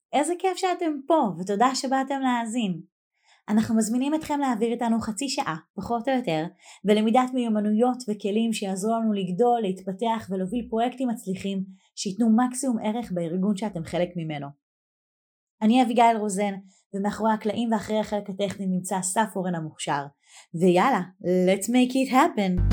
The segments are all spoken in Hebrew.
איזה כיף שאתם פה, ותודה שבאתם להאזין. אנחנו מזמינים אתכם להעביר איתנו חצי שעה, פחות או יותר, בלמידת מיומנויות וכלים שיעזרו לנו לגדול, להתפתח ולהוביל פרויקטים מצליחים שיתנו מקסימום ערך בארגון שאתם חלק ממנו. אני אביגיל רוזן, ומאחורי הקלעים ואחרי החלק הטכני נמצא אסף אורן המוכשר. ויאללה, let's make it happen.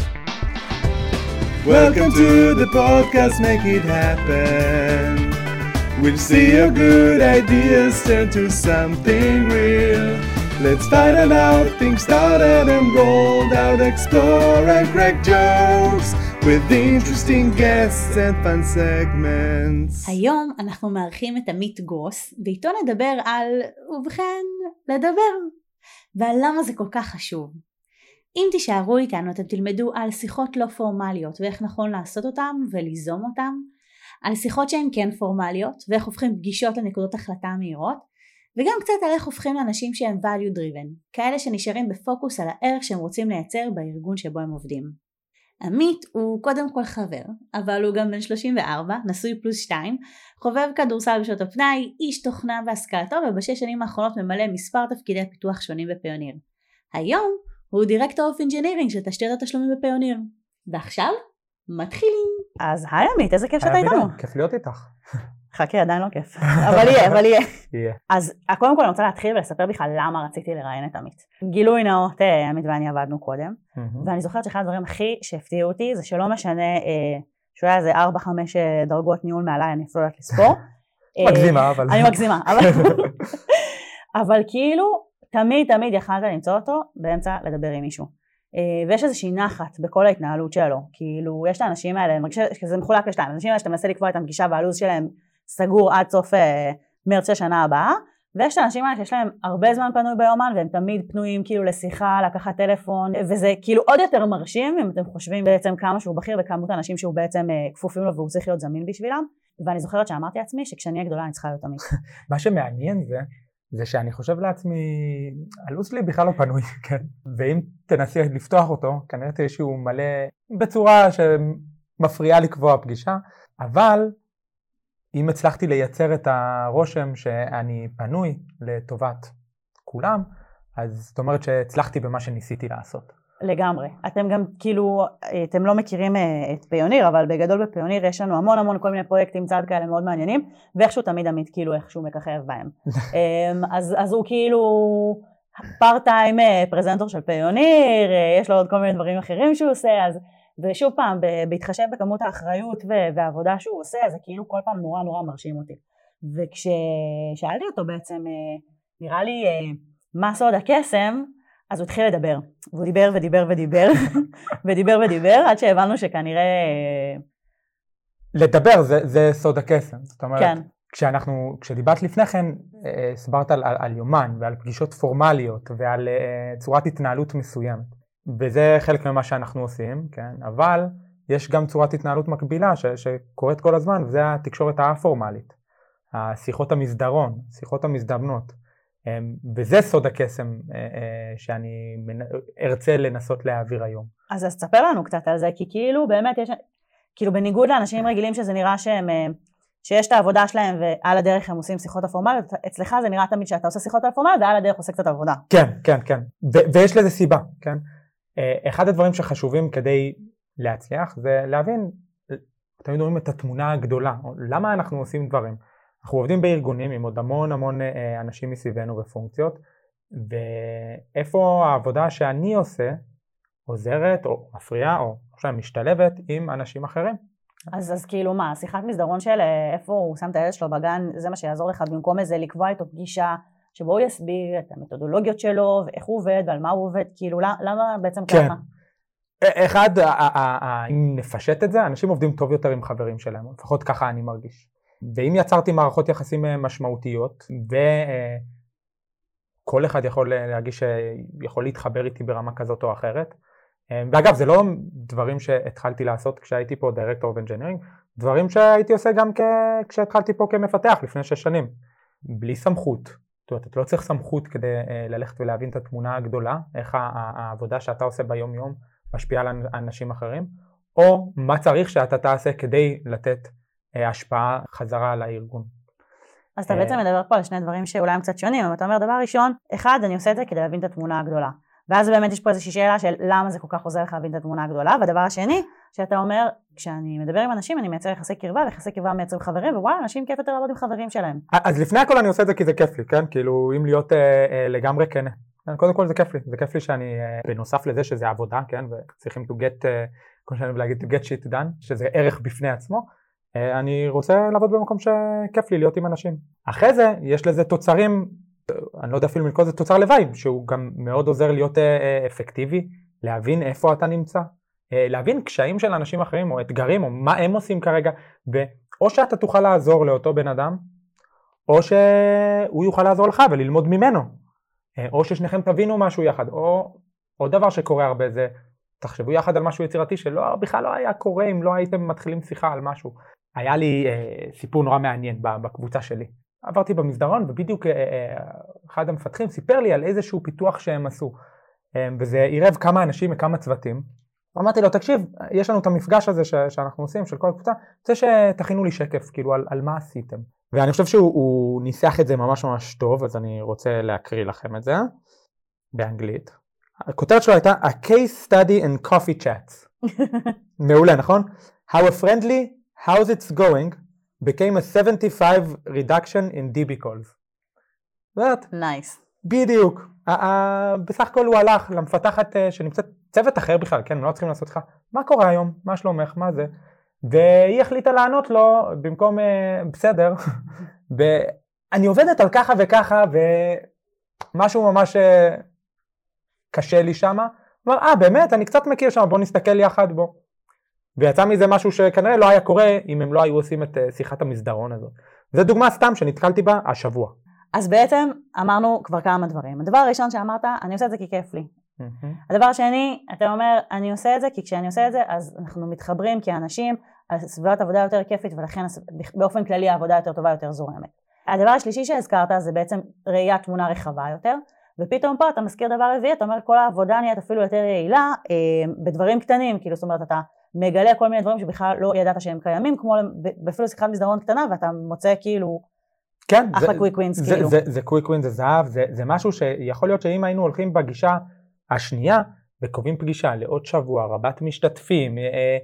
Welcome to the podcast, make it happen. We'll see your good ideas turn to something real. Let's find it out, things started and rolled out, explore and crack jokes with interesting guests and fun segments. היום אנחנו מארחים את עמית גרוס, ואיתו נדבר על, ובכן, לדבר. ועל למה זה כל כך חשוב. אם תישארו איתנו, אתם תלמדו על שיחות לא פורמליות, ואיך נכון לעשות אותם וליזום אותם, על שיחות שהן כן פורמליות, ואיך הופכים פגישות לנקודות החלטה מהירות, וגם קצת על איך הופכים לאנשים שהם value driven, כאלה שנשארים בפוקוס על הערך שהם רוצים לייצר בארגון שבו הם עובדים. עמית הוא קודם כל חבר, אבל הוא גם בן 34, נשוי פלוס 2, חובב כדורסל בשעות הפנאי, איש תוכנה והשכלתו, ובשש שנים האחרונות ממלא מספר תפקידי פיתוח שונים בפיוניר. היום הוא דירקטור אוף אינג'ינירינג של תשתיות התשלומים בפיוניר. ועכשיו מתחילים. אז היי עמית, איזה כיף שאתה איתנו. כיף להיות איתך. חכה, עדיין לא כיף. אבל יהיה. אז קודם כל אני רוצה להתחיל ולספר בכלל למה רציתי לראיין את עמית. גילוי נאות, עמית ואני עבדנו קודם, ואני זוכרת שאחד הדברים הכי שהפתיעו אותי, זה שלא משנה שהוא היה איזה 4-5 דרגות ניהול מעליי, אני אפילו יודעת לספור. מגזימה, אבל... אני מגזימה, אבל כאילו, תמיד יכלת למצוא אותו באמצע לדבר עם מישהו. ויש איזושהי נחת בכל ההתנהלות שלו. כאילו, יש את האנשים האלה, זה מחולק לשתיים, אנשים האלה שאתה מנסה לקבוע את הפגישה והלו"ז שלהם סגור עד סוף מרץ השנה הבאה, ויש את האנשים האלה שיש להם הרבה זמן פנוי ביומן, והם תמיד פנויים כאילו לשיחה, לקחת טלפון, וזה כאילו עוד יותר מרשים, אם אתם חושבים בעצם כמה שהוא בכיר, וכמות האנשים שהוא בעצם כפופים לו, והוא צריך להיות זמין בשבילם. ואני זוכרת שאמרתי לעצמי שכשאני אהיה גדולה אני צריכה להיות עמית. מה שמעניין זה שאני חושב לעצמי, הלו"ז שלי בכלל לא פנוי, כן? ואם תנסי לפתוח אותו, כנראה תהיה שהוא מלא בצורה שמפריעה לקבוע פגישה, אבל אם הצלחתי לייצר את הרושם שאני פנוי לטובת כולם, אז זאת אומרת שהצלחתי במה שניסיתי לעשות. לגמרי. אתם גם כאילו, אתם לא מכירים את פיוניר, אבל בגדול בפיוניר יש לנו המון כל מיני פרויקטים צעד כאלה מאוד מעניינים, ואיכשהו תמיד עמית כאילו איכשהו מככב בהם. אז הוא כאילו פארט-טיים פרזנטור של פיוניר, יש לו עוד כל מיני דברים אחרים שהוא עושה, ושוב פעם, בהתחשב בכמות האחריות והעבודה שהוא עושה, זה כאילו כל פעם נורא מרשים אותי. וכששאלתי אותו בעצם, נראה לי, מה סוד הקסם, אז הוא התחיל לדבר, והוא ודיבר, עד שהבנו שכנראה... לדבר זה סוד הקסם, זאת אומרת, כן. כשדיברת לפני כן, הסברת על יומן ועל פגישות פורמליות ועל צורת התנהלות מסוימת, וזה חלק ממה שאנחנו עושים, כן? אבל יש גם צורת התנהלות מקבילה שקורית כל הזמן, וזה התקשורת הפורמלית, השיחות המסדרון, שיחות המזדמנות, וזה סוד הקסם שאני ארצה לנסות להעביר היום. אז תספר לנו קצת על זה, כי כאילו באמת יש, כאילו בניגוד לאנשים רגילים שזה נראה שיש את העבודה שלהם ועל הדרך הם עושים שיחות הפורמליות, אצלך זה נראה תמיד שאתה עושה שיחות הפורמליות ועל הדרך עושה קצת עבודה. כן, ויש לזה סיבה, כן? אחד הדברים שחשובים כדי להצליח זה להבין, תמיד אומרים את התמונה הגדולה, למה אנחנו עושים דברים. אנחנו עובדים בארגונים עם עוד המון אנשים מסביבנו בפונקציות, ואיפה העבודה שאני עושה עוזרת או מפריעה או משתלבת עם אנשים אחרים. אז כאילו מה, שיחת מסדרון של איפה הוא שם את הילד שלו בגן, זה מה שיעזור לך במקום איזה לקבוע איתו פגישה, שבו הוא יסביר את המתודולוגיות שלו ואיך הוא עובד ועל מה הוא עובד, כאילו למה בעצם כן. ככה? אחד, אם נפשט את זה, אנשים עובדים טוב יותר עם חברים שלהם, לפחות ככה אני מרגיש. ואם יצרתי מערכות יחסים משמעותיות, וכל אחד יכול להרגיש שיכול להתחבר איתי ברמה כזאת או אחרת, ואגב זה לא דברים שהתחלתי לעשות כשהייתי פה דירקטור אוף אינג'ינירינג, דברים שהייתי עושה גם כשהתחלתי פה כמפתח לפני 6 שנים, בלי סמכות. זאת אומרת, אתה לא צריך סמכות כדי ללכת ולהבין את התמונה הגדולה, איך העבודה שאתה עושה ביום יום משפיעה על אנשים אחרים, או מה צריך שאתה תעשה כדי לתת השפעה חזרה על הארגון. אז אתה בעצם מדבר פה על שני דברים שאולי הם קצת שונים, אבל אתה אומר דבר ראשון, אחד, אני עושה את זה כדי להבין את התמונה הגדולה. ואז באמת יש פה איזושהי שאלה של למה זה כל כך עוזר לך להבין את התמונה הגדולה, והדבר השני, שאתה אומר, כשאני מדבר עם אנשים, אני מייצר יחסי קרבה, ויחסי קרבה מייצרים חברים, ווואלה, אנשים כיף יותר לעבוד עם חברים שלהם. אז לפני הכל אני עושה את זה כי זה כיף לי, כן? כאילו, אם להיות לגמרי כן. קודם כל זה כיף לי. זה כיף לי שאני, בנוסף לזה שזה עבודה, כן? וצריכים to get, כמו שאני להגיד, to get shit done, שזה ערך בפני עצמו. אני רוצה לעבוד במקום שכיף לי להיות עם אנשים. אחרי זה, יש לזה תוצרים, אני לא יודע אפילו מלכות זה תוצר לוואי, שהוא גם מאוד עוזר להיות אפקטיבי, להבין איפה אתה נמצא, להבין קשיים של אנשים אחרים, או אתגרים, או מה הם עושים כרגע, או שאתה תוכל לעזור לאותו בן אדם, או שהוא יוכל לעזור לך וללמוד ממנו, או ששניכם תבינו משהו יחד, או עוד דבר שקורה הרבה זה, תחשבו יחד על משהו יצירתי שבכלל לא היה קורה אם לא הייתם מתחילים שיחה על משהו. היה לי סיפור נורא מעניין בקבוצה שלי. עברתי במסדרון ובדיוק אחד המפתחים סיפר לי על איזשהו פיתוח שהם עשו. וזה עירב כמה אנשים וכמה צוותים. אמרתי לו, תקשיב, יש לנו את המפגש הזה שאנחנו עושים של כל הקבוצה, רוצה שתכינו לי שקף כאילו על מה עשיתם. ואני חושב שהוא ניסח את זה ממש ממש טוב, אז אני רוצה להקריא לכם את זה באנגלית. הכותרת שלו הייתה A Case Study and Coffee Chats. מעולה, נכון? How a friendly, how's it's going, became a 75 reduction in DB calls. נייס. בדיוק. בסך הכל הוא הלך למפתחת שנמצאת צוות אחר בכלל, כן, לא צריכים לעשות לך, מה קורה היום? מה שלומך? מה זה? והיא החליטה לענות לו במקום בסדר. ואני עובדת על ככה וככה, ומשהו ממש קשה לי שמה. אמר, באמת, אני קצת מכיר שם, בוא נסתכל יחד בו. ויצא מזה משהו שכנראה לא היה קורה אם הם לא היו עושים את שיחת המסדרון הזאת. זו דוגמה סתם שנתקלתי בה השבוע. אז בעצם אמרנו כבר כמה דברים. הדבר הראשון שאמרת, אני עושה את זה כי כיף לי. הדבר השני, אתה אומר, אני עושה את זה כי כשאני עושה את זה, אז אנחנו מתחברים כאנשים, הסביבת עבודה יותר כיפית, ולכן באופן כללי העבודה יותר טובה, יותר זורמת. הדבר השלישי שהזכרת זה בעצם ראיית תמונה רחבה יותר, ופתאום פה אתה מזכיר דבר רביעי, אתה אומר כל העבודה נהיית אפילו יותר יעילה בדברים קטנים, כאילו זאת אומרת אתה מגלה כל מיני דברים שבכלל לא ידעת שהם קיימים, כמו אפילו שיחת מסדרון קטנה, ואתה מוצא כאילו כן, אחלה קוויק ווינס כאילו. זה קוויק ווינס, זה זהב, זה משהו שיכול להיות שאם היינו הולכים בגישה השנייה, וקובעים פגישה לעוד שבוע, רבת משתתפים,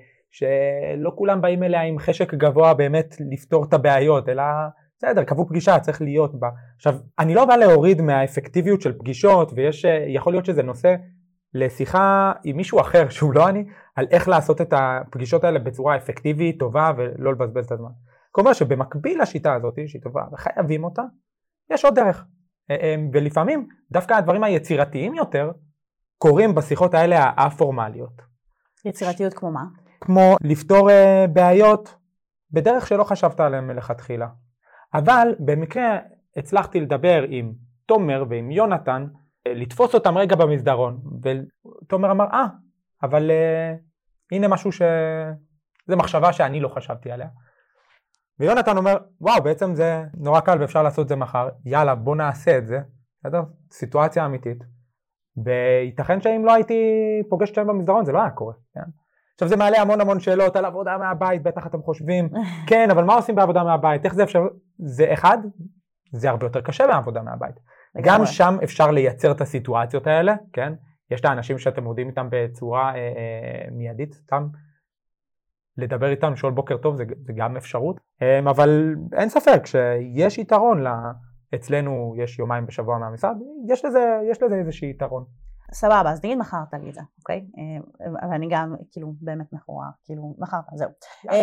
שלא כולם באים אליה עם חשק גבוה באמת לפתור את הבעיות, אלא בסדר, קבעו פגישה, צריך להיות בה. עכשיו, אני לא בא להוריד מהאפקטיביות של פגישות, ויכול להיות שזה נושא לשיחה עם מישהו אחר שהוא לא אני, על איך לעשות את הפגישות האלה בצורה אפקטיבית, טובה, ולא לבזבז את הזמן. כלומר שבמקביל לשיטה הזאת, שהיא טובה, וחייבים אותה, יש עוד דרך. ולפעמים, דווקא הדברים היצירתיים יותר, קורים בשיחות האלה הפורמליות. יצירתיות כמו מה? כמו לפתור בעיות בדרך שלא חשבת עליהן מלכתחילה. אבל במקרה הצלחתי לדבר עם תומר ועם יונתן, לתפוס אותם רגע במסדרון, ותומר אמר, אבל הנה משהו זה מחשבה שאני לא חשבתי עליה. ויונתן אומר, וואו, בעצם זה נורא קל ואפשר לעשות זה מחר, יאללה, בוא נעשה את זה, בסדר? סיטואציה אמיתית. וייתכן שאם לא הייתי פוגש אותם במסדרון, זה לא היה קורה, כן? עכשיו זה מעלה המון שאלות על עבודה מהבית, בטח אתם חושבים, כן, אבל מה עושים בעבודה מהבית? איך זה אפשר? זה אחד, זה הרבה יותר קשה בעבודה מהבית. גם שם אפשר לייצר את הסיטואציות האלה, כן? יש את האנשים שאתם עובדים איתם בצורה מיידית, סתם לדבר איתם, לשאול בוקר טוב, זה גם אפשרות. אבל אין ספק שיש יתרון אצלנו, יש יומיים בשבוע מהמשרד, יש לזה איזושהי יתרון. סבבה, אז נגיד מחרת לי את זה, אוקיי? ואני גם, כאילו, באמת מכורה, כאילו, מחרת, זהו.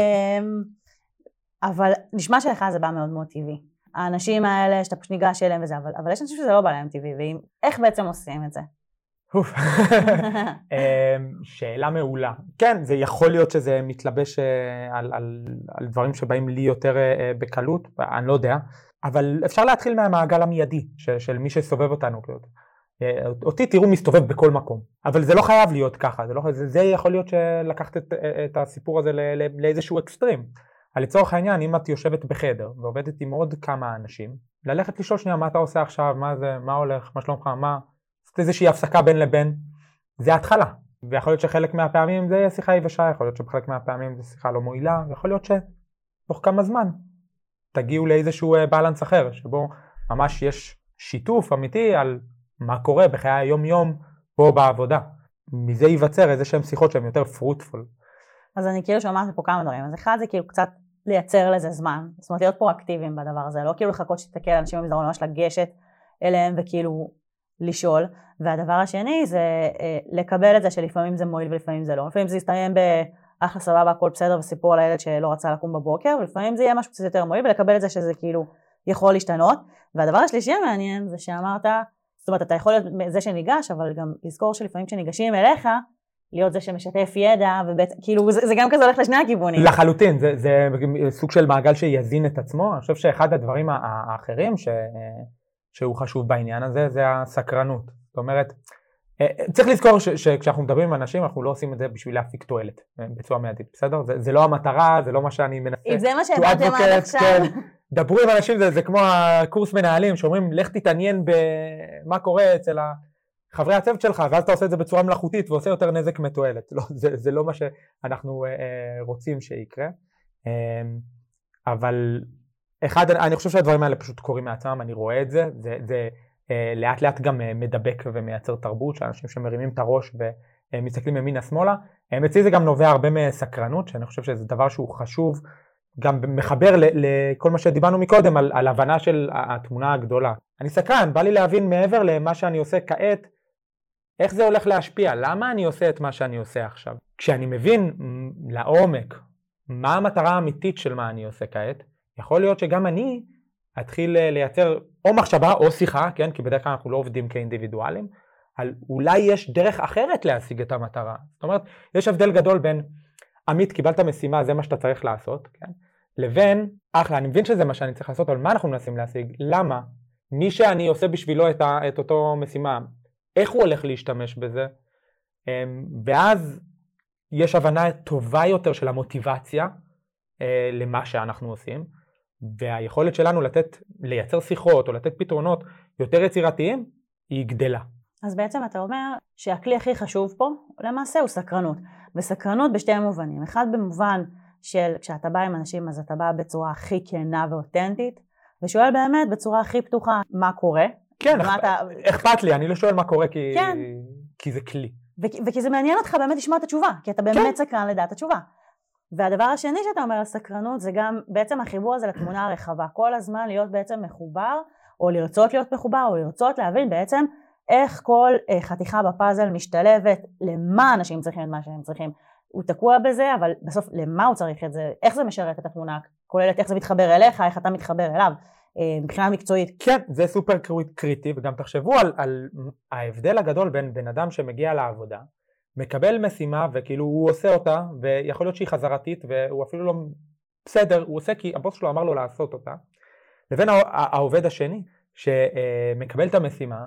אבל נשמע שלך זה בא מאוד מאוד טבעי. האנשים האלה שאתה פשוט ניגש אליהם וזה, אבל יש אנשים שזה לא בא להם טבעי, ואיך בעצם עושים את זה? שאלה מעולה. כן, זה יכול להיות שזה מתלבש על דברים שבאים לי יותר בקלות, אני לא יודע, אבל אפשר להתחיל מהמעגל המיידי של מי שסובב אותנו. אותי תראו מסתובב בכל מקום, אבל זה לא חייב להיות ככה, זה יכול להיות שלקחת את הסיפור הזה לאיזשהו אקסטרים. לצורך העניין, אם את יושבת בחדר ועובדת עם עוד כמה אנשים, ללכת לשאול שנייה מה אתה עושה עכשיו, מה הולך, מה שלומך, לעשות איזושהי הפסקה בין לבין, זה התחלה. ויכול להיות שחלק מהפעמים זה שיחה יבשה, יכול להיות שבחלק מהפעמים זה שיחה לא מועילה, ויכול להיות שתוך כמה זמן תגיעו לאיזשהו בלנס אחר, שבו ממש יש שיתוף אמיתי על מה קורה בחיי היום יום פה בעבודה. מזה ייווצר איזה שהם שיחות שהן יותר פרוטפול. אז אני כאילו שומעת פה כמה דברים. אז אחד זה כאילו קצת לייצר לזה זמן, זאת אומרת להיות פרואקטיביים בדבר הזה, לא כאילו לחכות שתתקל אנשים במסדרון, ממש לגשת אליהם וכאילו לשאול. והדבר השני זה לקבל את זה שלפעמים זה מועיל ולפעמים זה לא. לפעמים זה יסתיים באחלה סבבה, הכל בסדר וסיפור על הילד שלא רצה לקום בבוקר, ולפעמים זה יהיה משהו קצת יותר מועיל, ולקבל את זה שזה כאילו יכול להשתנות. והדבר השלישי המעניין זה שאמרת, זאת אומרת אתה יכול להיות זה שניגש, אבל גם לזכור שלפעמים כשניגשים אליך, להיות זה שמשתף ידע, וכאילו זה גם כזה הולך לשני הכיוונים. לחלוטין, זה סוג של מעגל שיזין את עצמו. אני חושב שאחד הדברים האחרים שהוא חשוב בעניין הזה, זה הסקרנות. זאת אומרת, צריך לזכור שכשאנחנו מדברים עם אנשים, אנחנו לא עושים את זה בשביל להפיק תועלת, בצורה מיידית, בסדר? זה לא המטרה, זה לא מה שאני מנסה. אם זה מה שהבנתם עד עכשיו. דברו עם אנשים, זה כמו הקורס מנהלים, שאומרים, לך תתעניין במה קורה אצל חברי הצוות שלך, ואז אתה עושה את זה בצורה מלאכותית, ועושה יותר נזק מתועלת. זה לא מה שאנחנו רוצים שיקרה. אבל אני חושב שהדברים האלה פשוט קורים מעצמם, אני רואה את זה, זה לאט לאט גם מדבק ומייצר תרבות, שאנשים שמרימים את הראש ומסתכלים ימינה שמאלה. אצלי זה גם נובע הרבה מסקרנות, שאני חושב שזה דבר שהוא חשוב, גם מחבר לכל מה שדיברנו מקודם, על הבנה של התמונה הגדולה. אני סקרן, בא לי להבין מעבר למה שאני עושה כעת, איך זה הולך להשפיע, למה אני עושה את מה שאני עושה עכשיו. כשאני מבין לעומק מה המטרה האמיתית של מה אני עושה כעת, יכול להיות שגם אני אתחיל לייצר או מחשבה או שיחה, כן? כי בדרך כלל אנחנו לא עובדים כאינדיבידואלים, על אולי יש דרך אחרת להשיג את המטרה. זאת אומרת, יש הבדל גדול בין עמית, קיבלת משימה, זה מה שאתה צריך לעשות, כן? לבין, אחלה, אני מבין שזה מה שאני צריך לעשות, אבל מה אנחנו מנסים להשיג? למה? מי שאני עושה בשבילו את אותו משימה, איך הוא הולך להשתמש בזה? ואז יש הבנה טובה יותר של המוטיבציה למה שאנחנו עושים, והיכולת שלנו לייצר שיחות או לתת פתרונות יותר יצירתיים, היא גדלה. אז בעצם אתה אומר שהכלי הכי חשוב פה, למעשה הוא סקרנות. וסקרנות בשתי המובנים. אחד במובן של כשאתה בא עם אנשים, אז אתה בא בצורה הכי כנה ואותנטית, ושואל באמת בצורה הכי פתוחה מה קורה. כן, אכפת לי, אני לא שואל מה קורה כי זה כלי. וכי זה מעניין אותך באמת לשמוע את התשובה, כי אתה באמת סקרן לדעת התשובה. והדבר השני שאתה אומר על סקרנות זה גם בעצם החיבור הזה לתמונה הרחבה, כל הזמן להיות בעצם מחובר, או לרצות להיות מחובר, או לרצות להבין בעצם איך כל חתיכה בפאזל משתלבת, למה אנשים צריכים את מה שהם צריכים. הוא תקוע בזה, אבל בסוף למה הוא צריך את זה, איך זה משרת את התמונה, כוללת איך זה מתחבר אליך, איך אתה מתחבר אליו, מבחינה מקצועית. כן, זה סופר קריטי, וגם תחשבו על ההבדל הגדול בין בן אדם שמגיע לעבודה, מקבל משימה וכאילו הוא עושה אותה, ויכול להיות שהיא חזרתית, והוא אפילו לא בסדר, הוא עושה כי הבוס שלו אמר לו לעשות אותה, לבין העובד השני, שמקבל את המשימה,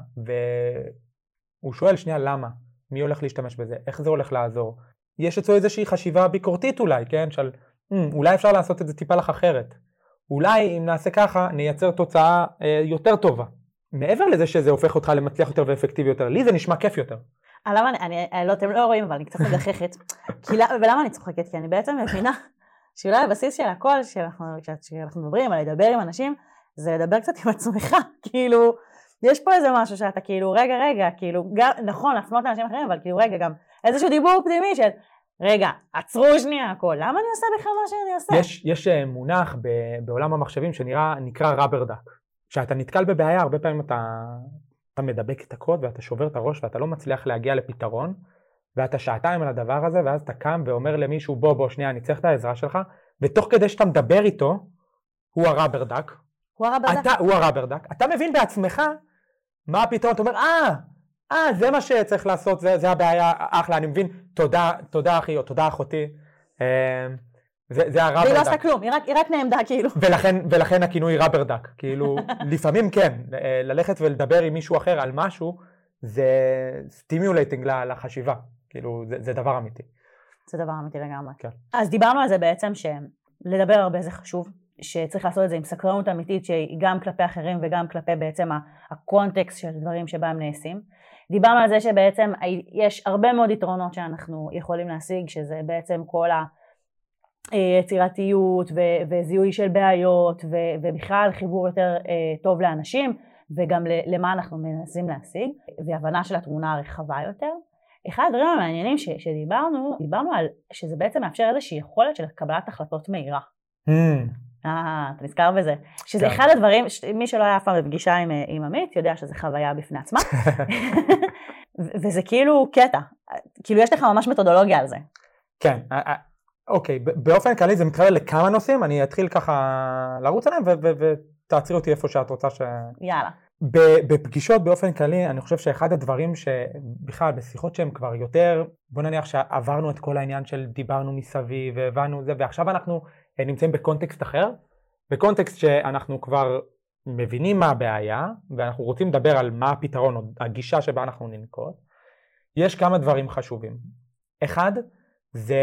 והוא שואל שנייה למה, מי הולך להשתמש בזה, איך זה הולך לעזור. יש אצלו איזושהי חשיבה ביקורתית אולי, כן, של אולי אפשר לעשות את זה טיפה לך אחרת. אולי אם נעשה ככה, נייצר תוצאה יותר טובה. מעבר לזה שזה הופך אותך למצליח יותר ואפקטיבי יותר, לי זה נשמע כיף יותר. למה, אתם לא רואים, אבל אני קצת מגחכת. ולמה אני צוחקת? כי אני בעצם מבינה שאולי הבסיס של הכל, כשאנחנו מדברים על לדבר עם אנשים, זה לדבר קצת עם עצמך. כאילו, יש פה איזה משהו שאתה כאילו, רגע, כאילו, נכון, להפנות לאנשים אחרים, אבל כאילו, רגע, גם איזשהו דיבור פנימי של, רגע, עצרו שנייה הכל, למה אני עושה בכלל מה שאני עושה? יש מונח בעולם המחשבים שנקרא rubber duck. כשאתה נתקל בבעיה, הרבה פעמים אתה מדבק את הקוד ואתה שובר את הראש ואתה לא מצליח להגיע לפתרון, ואתה שעתיים על הדבר הזה, ואז אתה קם ואומר למישהו, בוא, שנייה, אני צריך את העזרה שלך, ותוך כדי שאתה מדבר איתו, הוא הרבר דק. הוא הרבר דק. אתה מבין בעצמך מה הפתרון, אתה אומר, זה מה שצריך לעשות, זה הבעיה, אחלה, אני מבין, תודה אחי, או תודה אחותי, זה הרבר דק. והיא לא עשתה כלום, היא רק נעמדה כאילו. ולכן הכינוי רבר דק, כאילו, לפעמים כן, ללכת ולדבר עם מישהו אחר על משהו, זה סטימיולייטינג לחשיבה, כאילו, זה דבר אמיתי. זה דבר אמיתי לגמרי. כן. אז דיברנו על זה בעצם, שלדבר הרבה זה חשוב, שצריך לעשות את זה עם סקרנות אמיתית, שהיא גם כלפי אחרים וגם כלפי בעצם הקונטקסט של דברים שבהם נעשים. דיברנו על זה שבעצם יש הרבה מאוד יתרונות שאנחנו יכולים להשיג, שזה בעצם כל יצירתיות וזיהוי של בעיות ובכלל חיבור יותר טוב לאנשים וגם למה אנחנו מנסים להשיג והבנה של התמונה הרחבה יותר. אחד הדברים המעניינים שדיברנו על שזה בעצם מאפשר איזושהי יכולת של קבלת החלטות מהירה. אתה נזכר בזה. שזה אחד הדברים, מי שלא היה אף פעם בפגישה עם עמית יודע שזה חוויה בפני עצמה. וזה כאילו קטע, כאילו יש לך ממש מתודולוגיה על זה. כן, אוקיי, באופן כללי זה מתחבר לכמה נושאים, אני אתחיל ככה לרוץ עליהם ותעצרי אותי איפה שאת רוצה יאללה. בפגישות באופן כללי, אני חושב שאחד הדברים שבכלל בשיחות שהם כבר יותר, בוא נניח שעברנו את כל העניין של דיברנו מסביב והבנו זה, ועכשיו אנחנו נמצאים בקונטקסט אחר, בקונטקסט שאנחנו כבר מבינים מה הבעיה, ואנחנו רוצים לדבר על מה הפתרון או הגישה שבה אנחנו ננקוט. יש כמה דברים חשובים. אחד, זה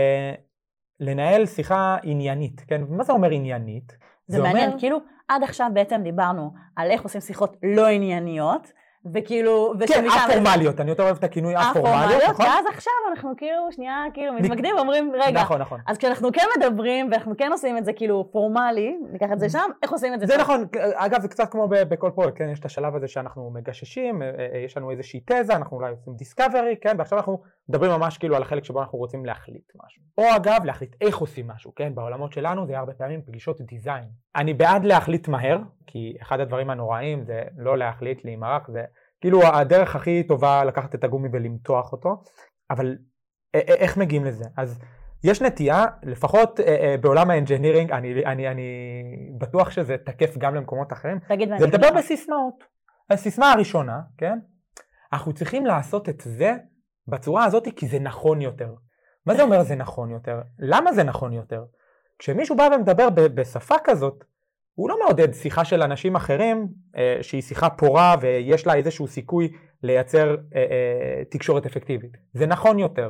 לנהל שיחה עניינית, כן? מה זה אומר עניינית? זה מעניין, כאילו עד עכשיו בעצם דיברנו על איך עושים שיחות לא ענייניות, וכאילו... כן, אפורמליות, אני יותר אוהב את הכינוי אפורמליות, נכון? ואז עכשיו אנחנו כאילו, שנייה, כאילו מתמקדים ואומרים, רגע, נכון. אז כשאנחנו כן מדברים, ואנחנו כן עושים את זה כאילו פורמלי, ניקח את זה שם, איך עושים את זה? זה נכון, אגב זה קצת כמו בכל פרויקט, כן? יש את השלב הזה שאנחנו מגששים, יש לנו איזושהי תזה, אנחנו אולי עושים דיסקאברי, כן? ועכשיו אנחנו מדברים ממש כאילו על החלק שבו אנחנו רוצים להחליט משהו. או אגב, להחליט איך עושים משהו, כן? בעולמות שלנו זה הרבה פעמים פגישות דיזיין. אני בעד להחליט מהר, כי אחד הדברים הנוראים זה לא להחליט, להימרח, זה כאילו הדרך הכי טובה לקחת את הגומי ולמתוח אותו, אבל איך מגיעים לזה? אז יש נטייה, לפחות בעולם האנג'ינירינג, אני בטוח שזה תקף גם למקומות אחרים, זה לדבר בסיסמאות. הסיסמה הראשונה, כן? אנחנו צריכים לעשות את זה בצורה הזאת כי זה נכון יותר. מה זה אומר זה נכון יותר? למה זה נכון יותר? כשמישהו בא ומדבר בשפה כזאת, הוא לא מעודד שיחה של אנשים אחרים, שהיא שיחה פורה ויש לה איזשהו סיכוי לייצר תקשורת אפקטיבית. זה נכון יותר.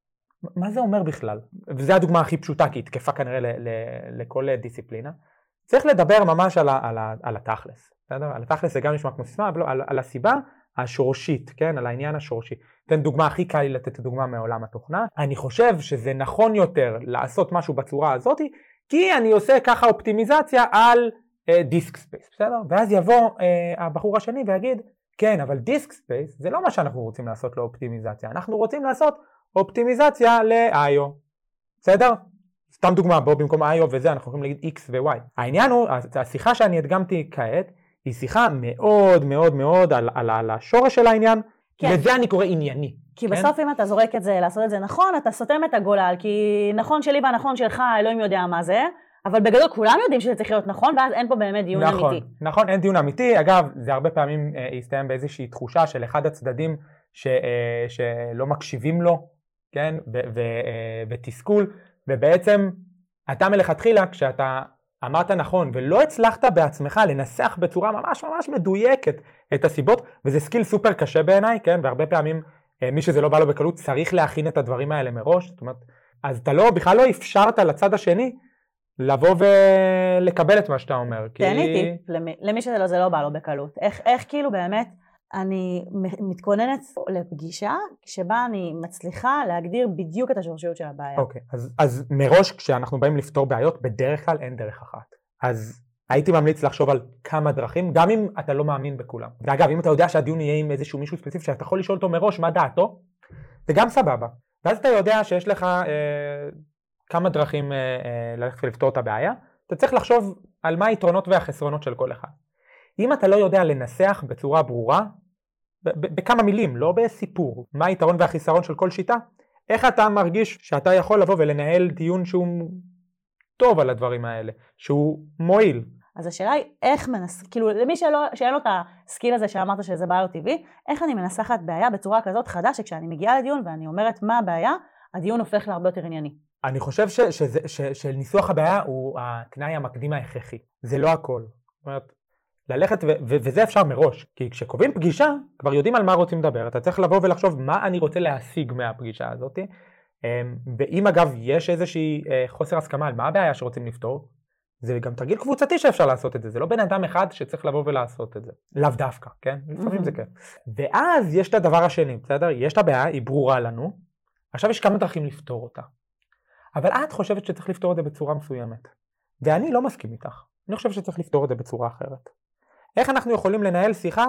מה זה אומר בכלל? וזו הדוגמה הכי פשוטה, כי היא תקפה כנראה לכל דיסציפלינה. צריך לדבר ממש על התכלס. על התכלס זה גם נשמע כמו סיסמה, אבל על הסיבה השורשית, כן? על העניין השורשי. תן דוגמה, הכי קל לי לתת דוגמה מעולם התוכנה. אני חושב שזה נכון יותר לעשות משהו בצורה הזאת, כי אני עושה ככה אופטימיזציה על דיסק ספייס, בסדר? ואז יבוא הבחור השני ויגיד, כן, אבל דיסק ספייס זה לא מה שאנחנו רוצים לעשות לאופטימיזציה, אנחנו רוצים לעשות אופטימיזציה ל-IO, בסדר? סתם דוגמה, בוא במקום IO וזה אנחנו יכולים להגיד X ו-Y. העניין הוא, השיחה שאני הדגמתי כעת, היא שיחה מאוד מאוד מאוד על השורש של העניין, כן. לזה אני קורא ענייני. כי בסוף אם אתה זורק את זה, לעשות את זה נכון, אתה סותם את הגולל, כי נכון שלי והנכון שלך, אלוהים יודע מה זה, אבל בגדול כולם יודעים שזה צריך להיות נכון, ואז אין פה באמת דיון אמיתי. נכון, אין דיון אמיתי. אגב, זה הרבה פעמים יסתיים באיזושהי תחושה של אחד הצדדים שלא מקשיבים לו, כן, ותסכול, ובעצם אתה מלכתחילה, כשאתה אמרת נכון, ולא הצלחת בעצמך לנסח בצורה ממש ממש מדויקת את הסיבות, וזה סקיל סופר קשה בעיניי, כן, והרבה פעמים מי שזה לא בא לו בקלות צריך להכין את הדברים האלה מראש, זאת אומרת, אז אתה בכלל לא אפשרת לצד השני לבוא ולקבל את מה שאתה אומר. תעניתי, למי שזה לא בא לו בקלות. איך כאילו באמת אני מתכוננת לפגישה שבה אני מצליחה להגדיר בדיוק את השורשיות של הבעיה. אוקיי, אז מראש כשאנחנו באים לפתור בעיות, בדרך כלל אין דרך אחת. אז הייתי ממליץ לחשוב על כמה דרכים, גם אם אתה לא מאמין בכולם. ואגב, אם אתה יודע שהדיון יהיה עם איזשהו מישהו ספציפי, שאתה יכול לשאול אותו מראש מה דעתו, זה גם סבבה. ואז אתה יודע שיש לך כמה דרכים ללכת ולפתור את הבעיה, אתה צריך לחשוב על מה היתרונות והחסרונות של כל אחד. אם אתה לא יודע לנסח בצורה ברורה, בכמה מילים, לא בסיפור, מה היתרון והחיסרון של כל שיטה, איך אתה מרגיש שאתה יכול לבוא ולנהל דיון שהוא טוב על הדברים האלה, שהוא מועיל. אז השאלה היא איך כאילו למי שאין לו את הסקיל הזה שאמרת שזה בעיה לא טבעי, איך אני מנסחת בעיה בצורה כזאת חדה שכשאני מגיעה לדיון ואני אומרת מה הבעיה, הדיון הופך להרבה יותר ענייני. אני חושב שניסוח הבעיה הוא התנאי המקדים ההכרחי, זה לא הכל. זאת אומרת, ללכת וזה אפשר מראש, כי כשקובעים פגישה כבר יודעים על מה רוצים לדבר, אתה צריך לבוא ולחשוב מה אני רוצה להשיג מהפגישה הזאת, ואם אגב יש איזושהי חוסר הסכמה על מה הבעיה שרוצים לפתור, זה גם תרגיל קבוצתי שאפשר לעשות את זה, זה לא בן אדם אחד שצריך לבוא ולעשות את זה, לאו דווקא, כן? לפעמים זה כן. ואז יש את הדבר השני, בסדר? יש את הבעיה, היא ברורה לנו, עכשיו יש כמה דרכים לפתור אותה. אבל את חושבת שצריך לפתור את זה בצורה מסוימת. ואני לא מסכים איתך. אני חושב שצריך לפתור את זה בצורה אחרת. איך אנחנו יכולים לנהל שיחה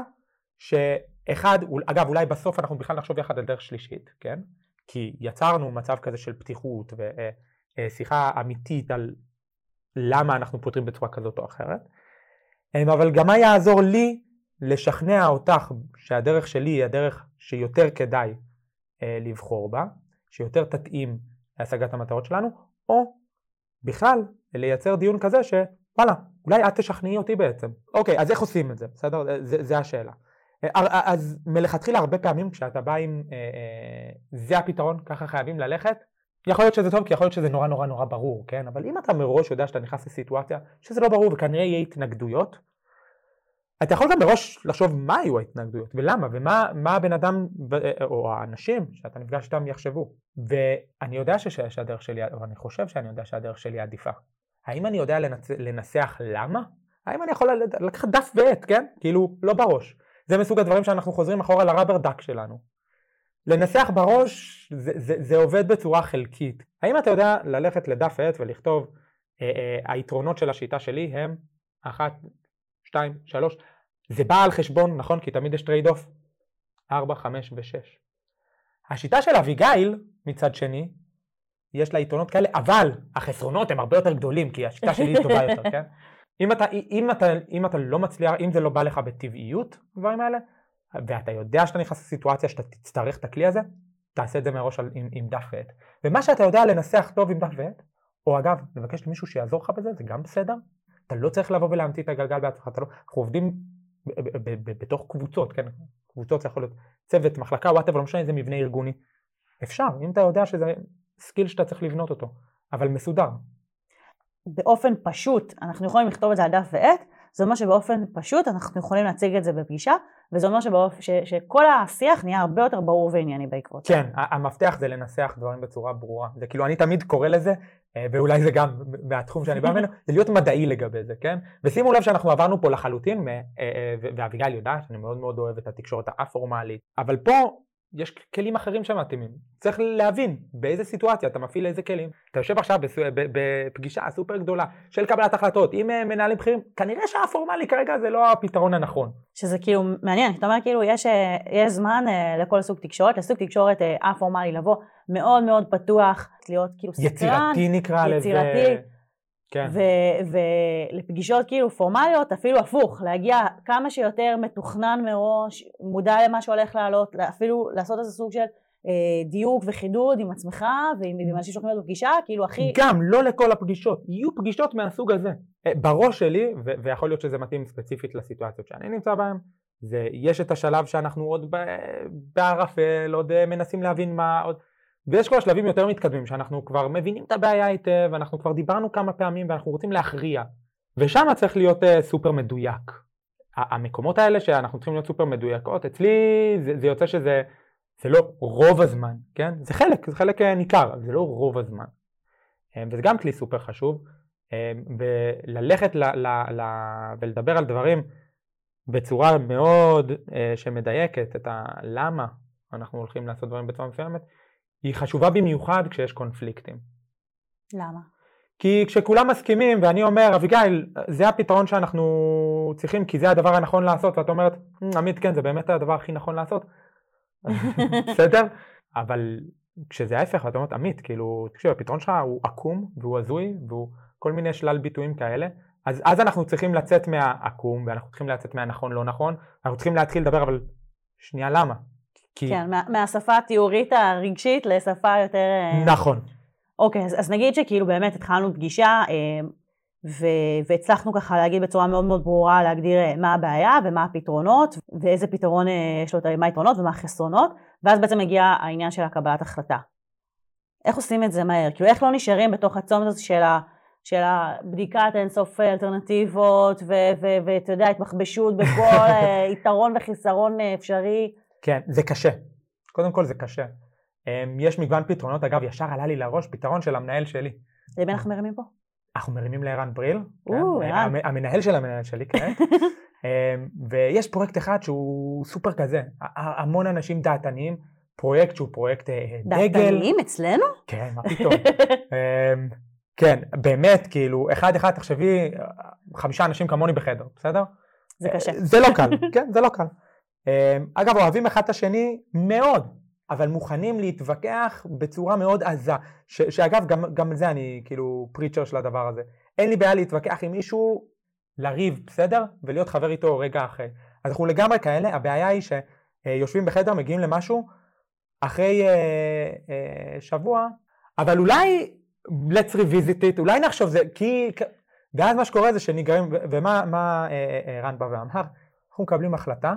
שאחד, אגב אולי בסוף אנחנו בכלל נחשוב יחד על דרך שלישית, כן? כי יצרנו מצב כזה של פתיחות ושיחה אמיתית על למה אנחנו פותרים בצורה כזאת או אחרת. אבל גם מה יעזור לי לשכנע אותך שהדרך שלי היא הדרך שיותר כדאי לבחור בה, שיותר תתאים להשגת המטרות שלנו, או בכלל לייצר דיון כזה שוואלה, אולי את תשכנעי אותי בעצם. אוקיי, אז איך עושים את זה? בסדר? זה השאלה. אז מלכתחילה הרבה פעמים כשאתה בא עם זה הפתרון, ככה חייבים ללכת, יכול להיות שזה טוב, כי יכול להיות שזה נורא נורא נורא ברור, כן? אבל אם אתה מראש יודע שאתה נכנס לסיטואציה שזה לא ברור וכנראה יהיה התנגדויות, אתה יכול גם מראש לחשוב מה היו ההתנגדויות ולמה, ומה הבן אדם או האנשים שאתה נפגש איתם יחשבו. ואני יודע שהדרך שלי, או אני חושב שאני יודע שהדרך שלי עדיפה. האם אני יודע לנסח למה? האם אני יכול לקחת דף ועט, כן? כאילו לא בראש. זה מסוג הדברים שאנחנו חוזרים אחורה לרבר דק שלנו. לנסח בראש זה עובד בצורה חלקית. האם אתה יודע ללכת לדף ועט ולכתוב היתרונות של השיטה שלי הם 1, 2, 3, זה בא על חשבון, נכון? כי תמיד יש טרייד אוף 4, 5 ו-6. השיטה של אביגיל מצד שני, יש לה יתרונות כאלה, אבל החסרונות הם הרבה יותר גדולים, כי השיטה שלי היא טובה יותר, כן? אם אתה לא מצליח, אם זה לא בא לך בטבעיות, דברים האלה, ואתה יודע שאתה נכנס לסיטואציה שאתה תצטרך את הכלי הזה, תעשה את זה מראש עם דף ועט. ומה שאתה יודע לנסח טוב עם דף ועט, או אגב, לבקש למישהו שיעזור לך בזה, זה גם בסדר. אתה לא צריך לבוא ולהמציא את הגלגל בעצמך, אנחנו עובדים בתוך קבוצות, כן? קבוצות זה יכול להיות צוות, מחלקה, וואטאבר, לא משנה איזה מבנה ארגוני. אפשר, אם אתה יודע שזה סקיל שאתה צריך לבנות אותו, אבל מסודר. באופן פשוט, אנחנו יכולים לכתוב את זה על דף ועט, זה אומר שבאופן פשוט אנחנו יכולים להציג את זה בפגישה, וזה אומר שכל השיח נהיה הרבה יותר ברור וענייני בעקבות. כן, המפתח זה לנסח דברים בצורה ברורה. זה כאילו אני תמיד קורא לזה, ואולי זה גם מהתחום שאני בא ממנו, זה להיות מדעי לגבי זה, כן? ושימו לב שאנחנו עברנו פה לחלוטין, ואביגיל יודעת שאני מאוד מאוד אוהב את התקשורת הפורמלית, אבל פה יש כלים אחרים שמתאימים. צריך להבין באיזה סיטואציה אתה מפעיל איזה כלים. אתה יושב עכשיו בפגישה סופר גדולה של קבלת החלטות עם מנהלים בכירים, כנראה שהפורמלי כרגע זה לא הפתרון הנכון. שזה כאילו מעניין, אתה אומר כאילו יש זמן לכל סוג תקשורת, לסוג תקשורת הפורמלי לבוא מאוד מאוד פתוח, להיות כאילו סקרן, יצירתי נקרא לזה. כן. ולפגישות כאילו פורמליות אפילו הפוך, להגיע כמה שיותר מתוכנן מראש, מודע למה שהולך לעלות, אפילו לעשות איזה סוג של דיוק וחידוד עם עצמך ועם אנשים שהולכים להיות בפגישה, כאילו הכי... גם לא לכל הפגישות, יהיו פגישות מהסוג הזה. בראש שלי, ויכול להיות שזה מתאים ספציפית לסיטואציות שאני נמצא בהן, יש את השלב שאנחנו עוד בערפל, עוד מנסים להבין מה עוד... ויש כבר שלבים יותר מתקדמים שאנחנו כבר מבינים את הבעיה היטב, אנחנו כבר דיברנו כמה פעמים ואנחנו רוצים להכריע. ושם צריך להיות סופר מדויק. המקומות האלה שאנחנו צריכים להיות סופר מדויקות, אצלי זה יוצא שזה לא רוב הזמן, כן? זה חלק ניכר, זה לא רוב הזמן. וזה גם כלי סופר חשוב. וללכת ולדבר על דברים בצורה מאוד שמדייקת את למה אנחנו הולכים לעשות דברים בצורה מסוימת, היא חשובה במיוחד כשיש קונפליקטים. למה? כי כשכולם מסכימים ואני אומר, אביגיל, זה הפתרון שאנחנו צריכים כי זה הדבר הנכון לעשות, ואת אומרת, עמית, כן, זה באמת הדבר הכי נכון לעשות. בסדר? אבל כשזה ההפך, ואת אומרת, עמית, כאילו, תקשיב, הפתרון שלך הוא עקום והוא הזוי והוא כל מיני שלל ביטויים כאלה, אז אנחנו צריכים לצאת מהעקום ואנחנו צריכים לצאת מהנכון לא נכון, אנחנו צריכים להתחיל לדבר, אבל שנייה, למה? כן, מהשפה התיאורית הרגשית לשפה יותר... נכון. אוקיי, אז נגיד שכאילו באמת התחלנו פגישה, והצלחנו ככה להגיד בצורה מאוד מאוד ברורה, להגדיר מה הבעיה ומה הפתרונות, ואיזה פתרון יש לו, מה היתרונות ומה החסרונות, ואז בעצם מגיע העניין של הקבלת החלטה. איך עושים את זה מהר? כאילו איך לא נשארים בתוך הצומת הזה של הבדיקת אינסוף אלטרנטיבות, ואתה יודע, התמחבשות בכל יתרון וחיסרון אפשרי? כן, זה קשה. קודם כל זה קשה. יש מגוון פתרונות, אגב, ישר עלה לי לראש פתרון של המנהל שלי. למי אנחנו מרימים פה? אנחנו מרימים לערן בריל, ערן. המנהל של המנהל שלי, כן. ויש פרויקט אחד שהוא סופר כזה, המון אנשים דעתניים, פרויקט שהוא פרויקט דגל. דעתניים אצלנו? כן, מה פתאום. כן, באמת, כאילו, אחד, תחשבי, 5 אנשים כמוני בחדר, בסדר? זה קשה. זה לא קל, כן, זה לא קל. אגב, אוהבים אחד את השני מאוד, אבל מוכנים להתווכח בצורה מאוד עזה, שאגב, גם זה אני כאילו פריצ'ר של הדבר הזה. אין לי בעיה להתווכח עם מישהו, לריב, בסדר? ולהיות חבר איתו רגע אחרי. אז אנחנו לגמרי כאלה, הבעיה היא שיושבים בחדר, מגיעים למשהו, אחרי שבוע, אבל אולי, let's revisit it, אולי נחשוב זה, כי, ואז מה שקורה זה שנגרם, ומה רן בא ואמר, אנחנו מקבלים החלטה,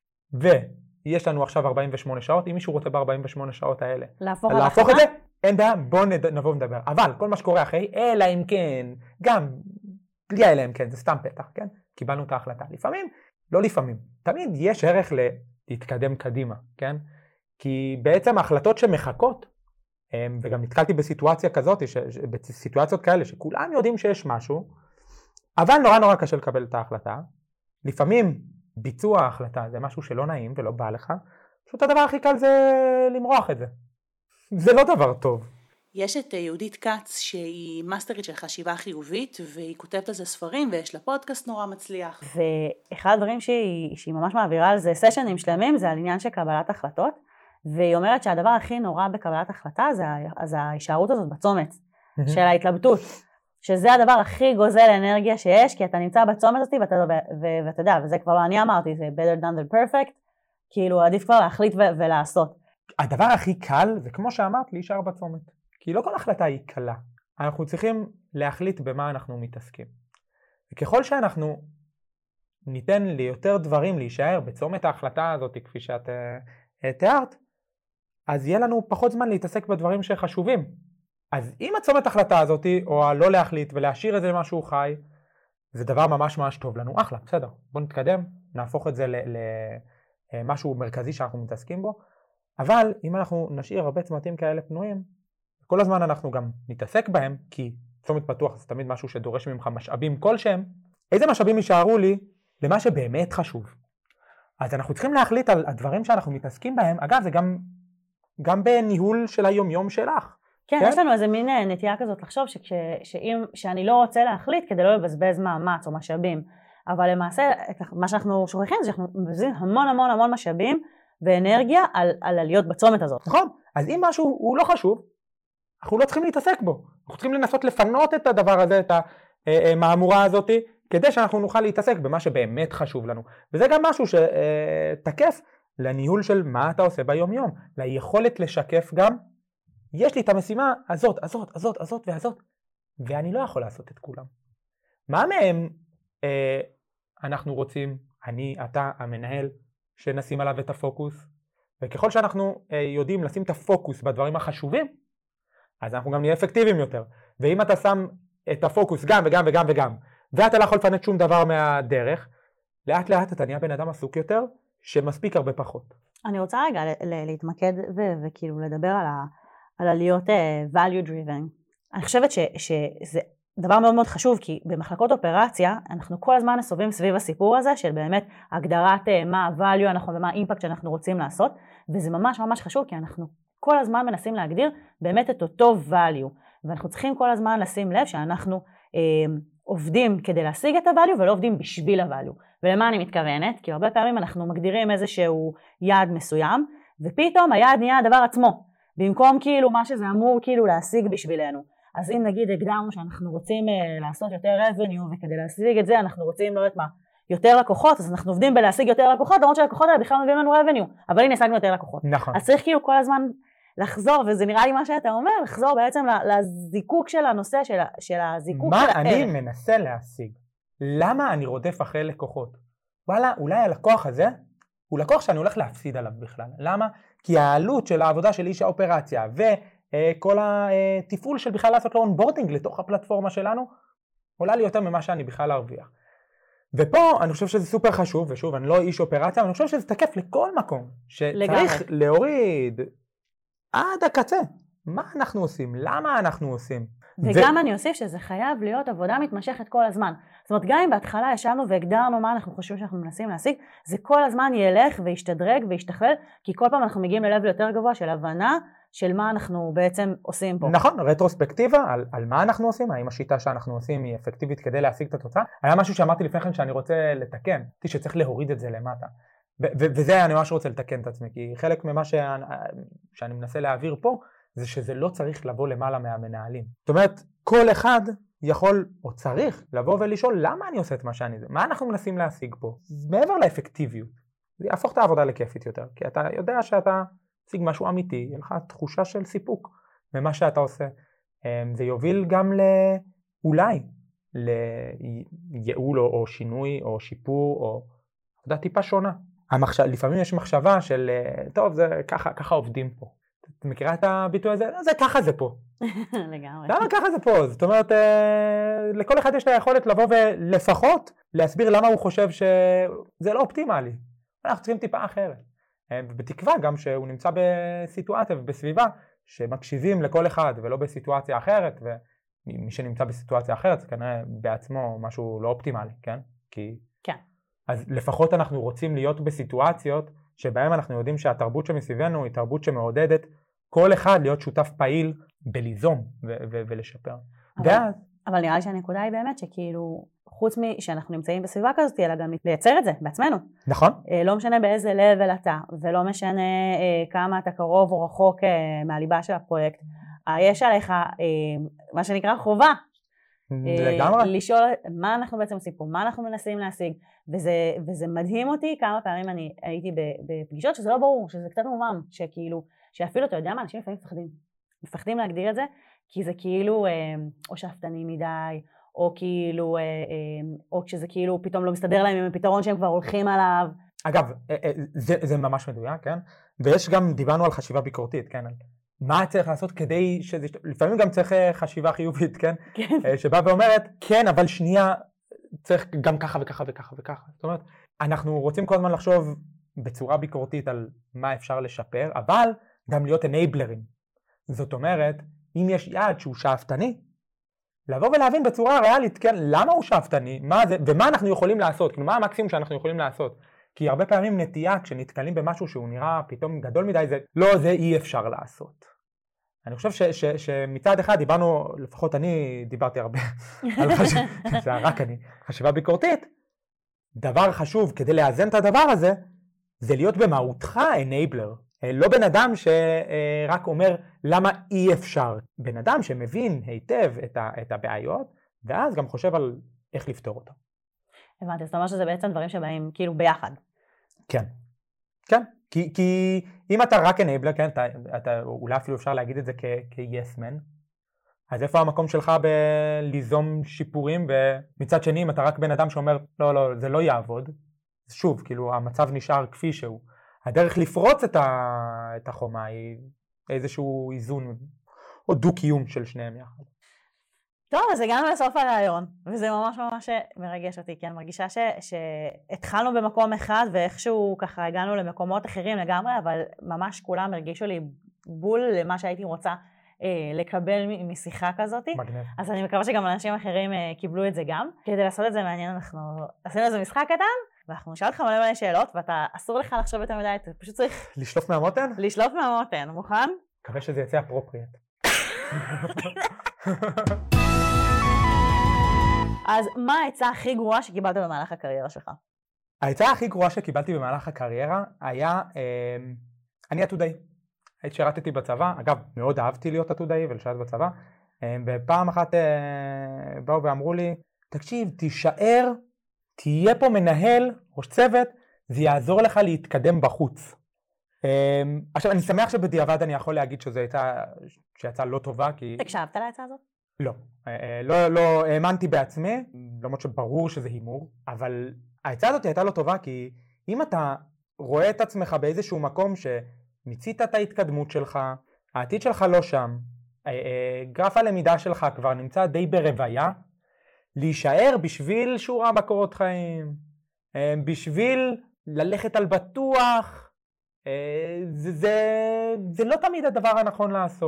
ויש לנו עכשיו 48 שעות, אם מישהו רוצה ב-48 שעות האלה, להפוך את זה, אין בעיה, בואו נבוא ונדבר. אבל כל מה שקורה אחרי, אלא אם כן, גם, בלי אלא אם כן, זה סתם פתח, כן? קיבלנו את ההחלטה. לפעמים, לא לפעמים, תמיד יש ערך להתקדם קדימה, כן? כי בעצם ההחלטות שמחכות, וגם נתקלתי בסיטואציה כזאת, בסיטואציות כאלה, שכולם יודעים שיש משהו, אבל נורא קשה לקבל את ההחלטה. לפעמים ביצוע ההחלטה זה משהו שלא נעים ולא בא לך, פשוט הדבר הכי קל זה למרוח את זה. זה לא דבר טוב. יש את יהודית קץ שהיא מאסטרית של חשיבה חיובית, והיא כותבת על זה ספרים ויש לה פודקאסט נורא מצליח. ואחד הדברים שהיא ממש מעבירה על זה סשנים שלמים, זה על עניין של קבלת החלטות, והיא אומרת שהדבר הכי נורא בקבלת החלטה זה ההישארות הזאת בצומת, של ההתלבטות, שזה הדבר הכי גוזל אנרגיה שיש, כי אתה נמצא בצומת הזאת ואתה יודע, וזה כבר לא אני אמרתי, זה better done than perfect, כאילו עדיף כבר להחליט ולעשות. הדבר הכי קל זה כמו שאמרת, להישאר בצומת, כי לא כל החלטה היא קלה, אנחנו צריכים להחליט במה אנחנו מתעסקים, וככל שאנחנו ניתן ליותר דברים להישאר בצומת ההחלטה הזאת, כפי שאת תיארת, אז יהיה לנו פחות זמן להתעסק בדברים שחשובים. אז אם הצומת החלטה הזאת, או הלא להחליט ולהשאיר את זה למשהו חי, זה דבר ממש טוב לנו. אחלה, בסדר. בוא נתקדם, נהפוך את זה למשהו מרכזי שאנחנו מתעסקים בו. אבל אם אנחנו נשאיר הרבה צמתים כאלה פנויים, כל הזמן אנחנו גם נתעסק בהם, כי צומת פתוח זה תמיד משהו שדורש ממך משאבים כלשהם. איזה משאבים יישארו לי למה שבאמת חשוב? אז אנחנו צריכים להחליט על הדברים שאנחנו מתעסקים בהם. אגב, זה גם בניהול של היום-יום שלך. כן, יש לנו איזה מין נטייה כזאת לחשוב שאני לא רוצה להחליט כדי לא לבזבז מאמץ או משאבים. אבל למעשה, מה שאנחנו שוכחים זה שאנחנו מבזבזים המון משאבים ואנרגיה על להיות בצומת הזאת. נכון, אז אם משהו הוא לא חשוב, אנחנו לא צריכים להתעסק בו. אנחנו צריכים לנסות לפנות את הדבר הזה, את המהמורה הזאת, כדי שאנחנו נוכל להתעסק במה שבאמת חשוב לנו. וזה גם משהו שתקף לניהול של מה אתה עושה ביום יום. ליכולת לשקף גם, יש לי את המשימה הזאת והזאת, ואני לא יכול לעשות את כולם. מה מהם אנחנו רוצים, אתה, המנהל, שנשים עליו את הפוקוס? וככל שאנחנו יודעים לשים את הפוקוס בדברים החשובים, אז אנחנו גם נהיה אפקטיביים יותר. ואם אתה שם את הפוקוס גם וגם, ואתה לא יכול לפנות שום דבר מהדרך, לאט לאט אתה נהיה בן אדם עסוק יותר, שמספיק הרבה פחות. אני רוצה רגע להתמקד וכאילו לדבר על להיות value driven. אני חושבת שזה דבר מאוד חשוב, כי במחלקות אופרציה אנחנו כל הזמן נסובים סביב הסיפור הזה של באמת הגדרת מה ה-value ומה האימפקט שאנחנו רוצים לעשות, וזה ממש חשוב, כי אנחנו כל הזמן מנסים להגדיר באמת את אותו value, ואנחנו צריכים כל הזמן לשים לב שאנחנו עובדים כדי להשיג את ה-value ולא עובדים בשביל ה-value. ולמה אני מתכוונת? כי הרבה פעמים אנחנו מגדירים איזשהו יעד מסוים, ופתאום היעד נהיה הדבר עצמו, במקום כאילו מה שזה אמור כאילו להשיג בשבילנו. אז אם נגיד הגדרנו שאנחנו רוצים לעשות יותר revenue, וכדי להשיג את זה אנחנו רוצים, לא יודעת מה, יותר לקוחות, אז אנחנו עובדים בלהשיג יותר לקוחות, למרות שהלקוחות האלה בכלל מביאים לנו revenue, אבל הנה השגנו יותר לקוחות. נכון. אז צריך כאילו כל הזמן לחזור, וזה נראה לי מה שאתה אומר, לחזור בעצם לזיקוק של הנושא, של הזיקוק של הערך. מה אני מנסה להשיג? למה אני רודף אחרי לקוחות? וואלה, אולי הלקוח הזה הוא לקוח שאני הולך להפסיד עליו בכלל. למה? כי העלות של העבודה של איש האופרציה וכל התפעול של בכלל לעשות לו אונבורדינג לתוך הפלטפורמה שלנו, עולה לי יותר ממה שאני בכלל ארוויח. ופה אני חושב שזה סופר חשוב, ושוב, אני לא איש אופרציה, אבל אני חושב שזה תקף לכל מקום, שצריך להוריד עד הקצה. מה אנחנו עושים? למה אנחנו עושים? וגם אני אוסיף שזה חייב להיות עבודה מתמשכת כל הזמן. זאת אומרת, גם אם בהתחלה ישבנו והגדרנו מה אנחנו חושבים שאנחנו מנסים להשיג, זה כל הזמן ילך וישתדרג וישתכלל, כי כל פעם אנחנו מגיעים ללב יותר גבוה של הבנה של מה אנחנו בעצם עושים פה. נכון, רטרוספקטיבה על מה אנחנו עושים, האם השיטה שאנחנו עושים היא אפקטיבית כדי להשיג את התוצאה. היה משהו שאמרתי לפני כן שאני רוצה לתקן, שצריך להוריד את זה למטה. וזה אני ממש רוצה לתקן את עצמי, כי חלק ממה שאני מנסה להעביר פה, זה שזה לא צריך לבוא למעלה מהמנהלים. זאת אומרת, כל אחד יכול או צריך לבוא ולשאול למה אני עושה את מה שאני זה, מה אנחנו מנסים להשיג פה, מעבר לאפקטיביות. זה יהפוך את העבודה לכיפית יותר, כי אתה יודע שאתה תשיג משהו אמיתי, יהיה לך תחושה של סיפוק ממה שאתה עושה. זה יוביל גם אולי לייעול או שינוי או שיפור או עבודה טיפה שונה. לפעמים יש מחשבה של טוב, זה ככה עובדים פה. את מכירה את הביטוי הזה? זה ככה זה פה. לגמרי. למה ככה זה פה? זאת אומרת, לכל אחד יש את היכולת לבוא ולפחות להסביר למה הוא חושב שזה לא אופטימלי. אנחנו צריכים טיפה אחרת. ובתקווה גם שהוא נמצא בסיטואציה ובסביבה שמקשיבים לכל אחד ולא בסיטואציה אחרת, ומי שנמצא בסיטואציה אחרת זה כנראה בעצמו משהו לא אופטימלי, כן? כי... כן. אז לפחות אנחנו רוצים להיות בסיטואציות שבהם אנחנו יודעים שהתרבות שמסביבנו היא תרבות שמעודדת כל אחד להיות שותף פעיל בליזום ולשפר. אבל נראה לי שהנקודה היא באמת שכאילו חוץ שאנחנו נמצאים בסביבה כזאת, אלא גם לייצר את זה בעצמנו. נכון. לא משנה באיזה לבל אתה, ולא משנה כמה אתה קרוב או רחוק מהליבה של הפרויקט. יש עליך מה שנקרא חובה. לגמרי. לשאול מה אנחנו בעצם עושים פה, מה אנחנו מנסים להשיג, וזה מדהים אותי כמה פעמים אני הייתי בפגישות שזה לא ברור, שזה קצת מומם, שכאילו, שאפילו אתה יודע מה, אנשים לפעמים מפחדים להגדיר את זה, כי זה כאילו או שאפתני מדי, או כאילו, או כשזה כאילו פתאום לא מסתדר להם עם הפתרון שהם כבר הולכים עליו. אגב, זה ממש מדויק, כן? ויש גם, דיברנו על חשיבה ביקורתית, כן? מה צריך לעשות כדי שזה... לפעמים גם צריך חשיבה חיובית, כן? כן. שבאה ואומרת, כן, אבל שנייה, צריך גם ככה וככה וככה וככה. זאת אומרת, אנחנו רוצים כל הזמן לחשוב בצורה ביקורתית על מה אפשר לשפר, אבל גם להיות אנייבלרים. זאת אומרת, אם יש יעד שהוא שאפתני, לבוא ולהבין בצורה ריאלית, כן, למה הוא שאפתני, מה זה, ומה אנחנו יכולים לעשות, כאילו מה המקסימום שאנחנו יכולים לעשות. כי הרבה פעמים נטייה, כשנתקלים במשהו שהוא נראה פתאום גדול מדי, זה לא, זה אי אפשר לעשות. אני חושב שמצד אחד דיברנו, לפחות אני דיברתי הרבה, על זה רק אני, חשיבה ביקורתית. דבר חשוב כדי לאזן את הדבר הזה, זה להיות במהותך אנייבלר. לא בן אדם שרק אומר למה אי אפשר. בן אדם שמבין היטב את הבעיות, ואז גם חושב על איך לפתור אותם. הבנתי, זאת אומרת שזה בעצם דברים שבאים כאילו ביחד. כן, כן, כי אם אתה רק אנייבלר, כן, אתה אולי אפילו אפשר להגיד את זה כ-yes man, אז איפה המקום שלך בליזום שיפורים, ומצד שני אם אתה רק בן אדם שאומר לא, לא, זה לא יעבוד, שוב, כאילו המצב נשאר כפי שהוא. הדרך לפרוץ את החומה היא איזשהו איזון או דו-קיום של שניהם יחד. טוב, אז הגענו לסוף הרעיון, וזה ממש ממש מרגש אותי, כי אני מרגישה שהתחלנו במקום אחד, ואיכשהו ככה הגענו למקומות אחרים לגמרי, אבל ממש כולם הרגישו לי בול למה שהייתי רוצה לקבל משיחה כזאת. מגניב. אז אני מקווה שגם אנשים אחרים קיבלו את זה גם. כדי לעשות את זה מעניין, אנחנו עשינו איזה משחק קטן, ואנחנו נשאל אותך מלא שאלות, ואתה אסור לך לחשוב יותר מדי, אתה פשוט צריך... לשלוף מהמותן? לשלוף מהמותן, מוכן? מקווה שזה יצא אפרופריאט. אז מה העצה הכי גרועה שקיבלת במהלך הקריירה שלך? העצה הכי גרועה שקיבלתי במהלך הקריירה היה, אני עתודאי. שירתתי בצבא, אגב, מאוד אהבתי להיות עתודאי ולשרת בצבא, ופעם אחת באו ואמרו לי, תקשיב, תישאר, תהיה פה מנהל, ראש צוות, זה יעזור לך להתקדם בחוץ. עכשיו, אני שמח שבדיעבד אני יכול להגיד שזו יצאה לא טובה, כי... הקשבת לעצה הזאת? לא האמנתי בעצמי, למרות שברור שזה הימור, אבל העצה הזאת הייתה לא טובה, כי אם אתה רואה את עצמך באיזשהו מקום שמיצית את ההתקדמות שלך, העתיד שלך לא שם, גרף הלמידה שלך כבר נמצא די ברוויה, להישאר בשביל שורה בקורות חיים, בשביל ללכת על בטוח, זה לא תמיד הדבר הנכון לעשות.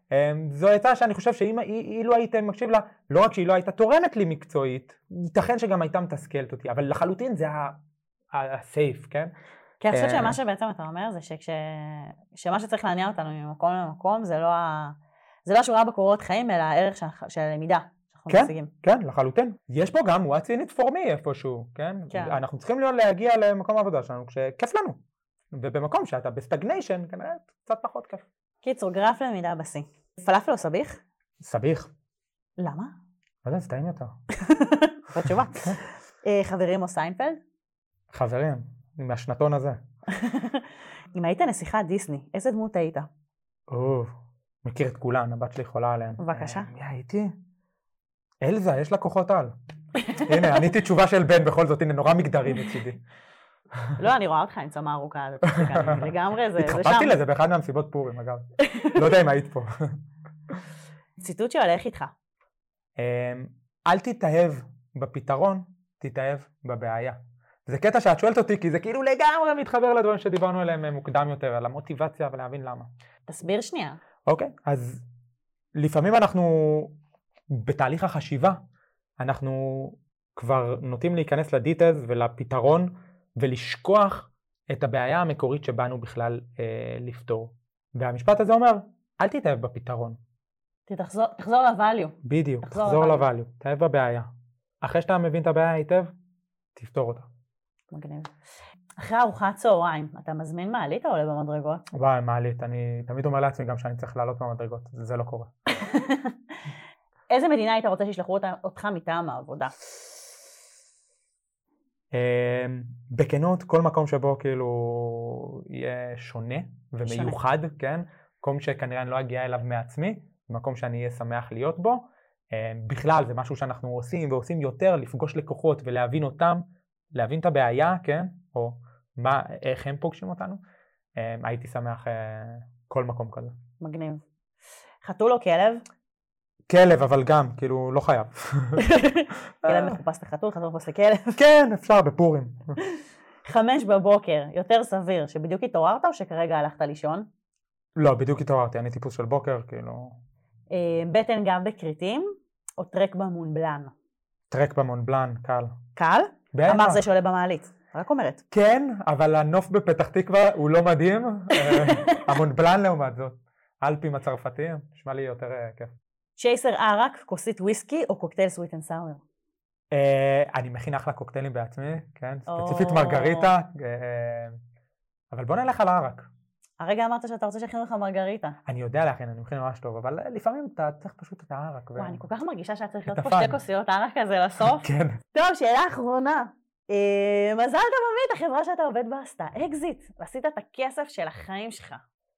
זו עצה שאני חושב שאילו הייתם מקשיב לה, לא רק שהיא לא הייתה תורמת לי מקצועית, ייתכן שגם הייתה מתסכלת אותי, אבל לחלוטין זה הסייף, כן? כי אני חושבת שמה שבעצם אתה אומר זה שמה שצריך לעניין אותנו ממקום למקום זה לא השורה בקורות חיים, אלא הערך של הלמידה. כן, לחלוטין. יש פה גם what's in it for me איפשהו, כן? אנחנו צריכים להגיע למקום העבודה שלנו כשכיף לנו. ובמקום שאתה בסטגניישן, כנראה קצת פחות כיף. קיצור, גרף למידה בסי. פלאפל או סביח? סביח. למה? לא יודע, זה טעים יותר. זאת תשובה. חברים או סיינפלד? חברים, מהשנתון הזה. אם היית נסיכת דיסני, איזה דמות היית? מכיר את כולן, הבת שלי חולה עליהן. בבקשה. מי הייתי? אלזה, יש לה כוחות על. הנה, עניתי תשובה של בן בכל זאת, הנה, נורא מגדרי מצידי. לא, אני רואה אותך עם צמה ארוכה, לגמרי זה שם. התחפשתי לזה באחד מהמסיבות פורים, אגב. לא יודע אם היית פה. ציטוט שהולך איתך. אל תתאהב בפתרון, תתאהב בבעיה. זה קטע שאת שואלת אותי, כי זה כאילו לגמרי מתחבר לדברים שדיברנו עליהם מוקדם יותר, על המוטיבציה ולהבין למה. תסביר שנייה. אוקיי, אז לפעמים אנחנו בתהליך החשיבה, אנחנו כבר נוטים להיכנס לדיטלס ולפתרון, ולשכוח את הבעיה המקורית שבאנו בכלל לפתור. והמשפט הזה אומר, אל תתאהב בפתרון. תחזור לvalue. בדיוק, תחזור לvalue, תאהב בבעיה. אחרי שאתה מבין את הבעיה היטב, תפתור אותה. מגניב. אחרי ארוחת צהריים, אתה מזמין מעלית או עולה במדרגות? וואי, מעלית. אני תמיד אומר לעצמי גם שאני צריך לעלות במדרגות. זה לא קורה. איזה מדינה היית רוצה שישלחו אותך מטעם העבודה? בכנות, כל מקום שבו כאילו יהיה שונה ומיוחד, כן? מקום שכנראה אני לא אגיע אליו מעצמי, מקום שאני אהיה שמח להיות בו. בכלל זה משהו שאנחנו עושים ועושים יותר, לפגוש לקוחות ולהבין אותם, להבין את הבעיה, כן? או איך הם פוגשים אותנו. הייתי שמח כל מקום כזה. מגניב. חתול או כלב? כלב, אבל גם, כאילו, לא חייב. כלב מחופש לחתול, חתול מחופש לכלב. כן, אפשר, בפורים. 5 בבוקר, יותר סביר, שבדיוק התעוררת או שכרגע הלכת לישון? לא, בדיוק התעוררתי, אני טיפוס של בוקר, כאילו... בטן גם בקריטים, או טרק במונבלן? טרק במונבלן, קל. קל? אמר זה שעולה במעלית, רק אומרת. כן, אבל הנוף בפתח תקווה הוא לא מדהים, המונבלן לעומת זאת. אלפים הצרפתיים, נשמע לי יותר כיף. צ'ייסר ערק, כוסית וויסקי או קוקטייל סוויט אנד סאואר? אני מכין אחלה קוקטיילים בעצמי, כן, ספציפית מרגריטה, אבל בוא נלך על הערק. הרגע אמרת שאתה רוצה שיכין לך מרגריטה. אני יודע להכין, אני מכין ממש טוב, אבל לפעמים אתה צריך פשוט את הערק. וואי, אני כל כך מרגישה שאת צריך להיות פה 2 כוסיות ערק כזה לסוף. כן. טוב, שאלה אחרונה. מזל אתה מביא את החברה שאתה עובד בה עשתה, אקזיט, ועשית את הכסף של החיים שלך.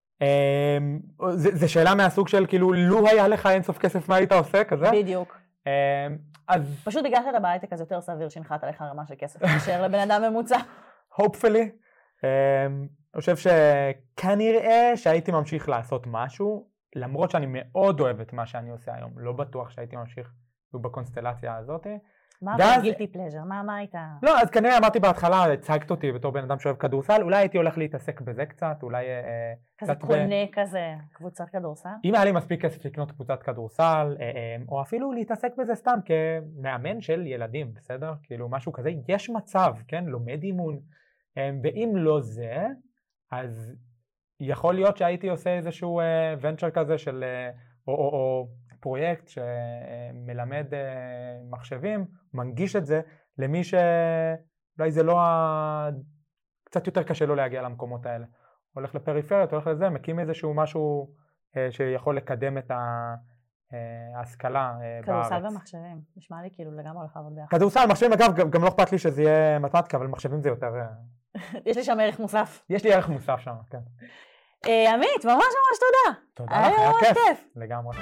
זה שאלה מהסוג של כאילו, לו היה לך אינסוף כסף, מה היית עושה כזה? בדיוק. אז... פשוט בגלל שאתה בהייטק אז יותר סביר שנחת עליך רמה של כסף, מאשר לבן אדם ממוצע. hopefully. אני חושב שכנראה שהייתי ממשיך לעשות משהו, למרות שאני מאוד אוהב את מה שאני עושה היום. לא בטוח שהייתי ממשיך בקונסטלציה הזאת. מה גילטי פלז'ר? מה הייתה? לא, אז כנראה אמרתי בהתחלה, הצגת אותי בתור בן אדם שאוהב כדורסל, אולי הייתי הולך להתעסק בזה קצת, אולי... כזה קונה כזה קבוצת כדורסל? אם היה לי מספיק כסף לקנות קבוצת כדורסל, או אפילו להתעסק בזה סתם כמאמן של ילדים, בסדר? כאילו משהו כזה, יש מצב, כן? לומד אימון. ואם לא זה, אז יכול להיות שהייתי עושה איזשהו ונצ'ר כזה של, או פרויקט שמלמד מחשבים, מנגיש את זה למי שאולי זה לא, קצת יותר קשה לו להגיע למקומות האלה. הולך לפריפריות, הולך לזה, מקים איזשהו משהו שיכול לקדם את ההשכלה בארץ. כדורסל ומחשבים, נשמע לי כאילו לגמרי הולך לעבוד ביחד. כדורסל, מחשבים, אגב, גם לא אכפת לי שזה יהיה מתמטיקה, אבל מחשבים זה יותר... יש לי שם ערך מוסף. יש לי ערך מוסף שם, כן. עמית, ממש תודה. תודה לך, היה כיף. לגמרי.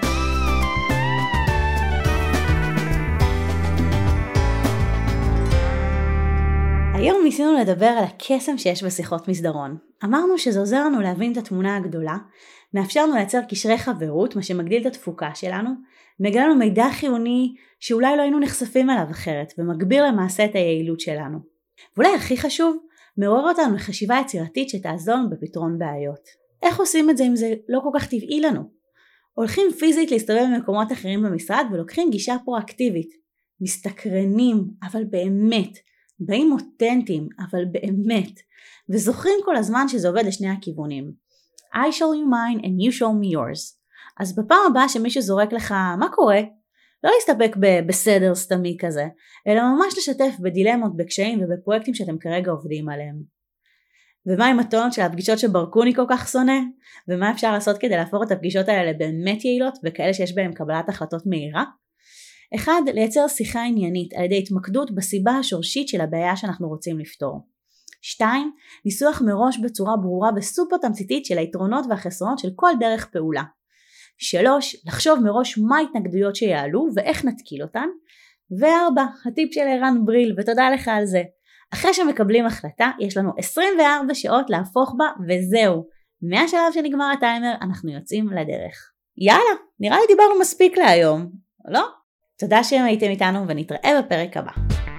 היום ניסינו לדבר על הקסם שיש בשיחות מסדרון. אמרנו שזה עוזר לנו להבין את התמונה הגדולה, מאפשר לנו לייצר קשרי חברות, מה שמגדיל את התפוקה שלנו, מגלה לנו מידע חיוני שאולי לא היינו נחשפים אליו אחרת, ומגביר למעשה את היעילות שלנו. ואולי הכי חשוב, מעורר אותנו לחשיבה יצירתית שתעזור לנו בפתרון בעיות. איך עושים את זה אם זה לא כל כך טבעי לנו? הולכים פיזית להסתובב במקומות אחרים במשרד ולוקחים גישה פרואקטיבית. מסתקרנים, אבל באמת. באים אותנטיים, אבל באמת. וזוכרים כל הזמן שזה עובד לשני הכיוונים. I show you mine and you show me yours. אז בפעם הבאה שמישהו זורק לך מה קורה, לא להסתפק בסדר סתמי כזה, אלא ממש לשתף בדילמות, בקשיים ובפרויקטים שאתם כרגע עובדים עליהם. ומה עם הטון של הפגישות שברקוני כל כך שונא? ומה אפשר לעשות כדי להפוך את הפגישות האלה באמת יעילות וכאלה שיש בהן קבלת החלטות מהירה? 1. לייצר שיחה עניינית על ידי התמקדות בסיבה השורשית של הבעיה שאנחנו רוצים לפתור. 2. ניסוח מראש בצורה ברורה וסופר תמציתית של היתרונות והחסרונות של כל דרך פעולה. 3. לחשוב מראש מה ההתנגדויות שיעלו ואיך נתקיל אותן. 4. הטיפ של ערן בריל, ותודה לך על זה. אחרי שמקבלים החלטה, יש לנו 24 שעות להפוך בה, וזהו. מהשלב שנגמר הטיימר, אנחנו יוצאים לדרך. יאללה, נראה לי דיברנו מספיק להיום, לא? תודה שהייתם איתנו ונתראה בפרק הבא.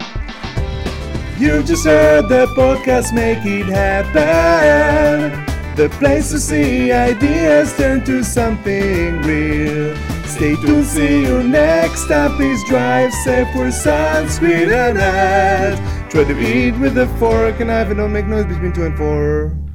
You just heard the podcast, make it happen. The place to see ideas turn to something real. Stay tuned, see you next time. Please drive safe, wear sunscreen and hat. Try to eat with a fork and knife and don't make noise between 2 and 4.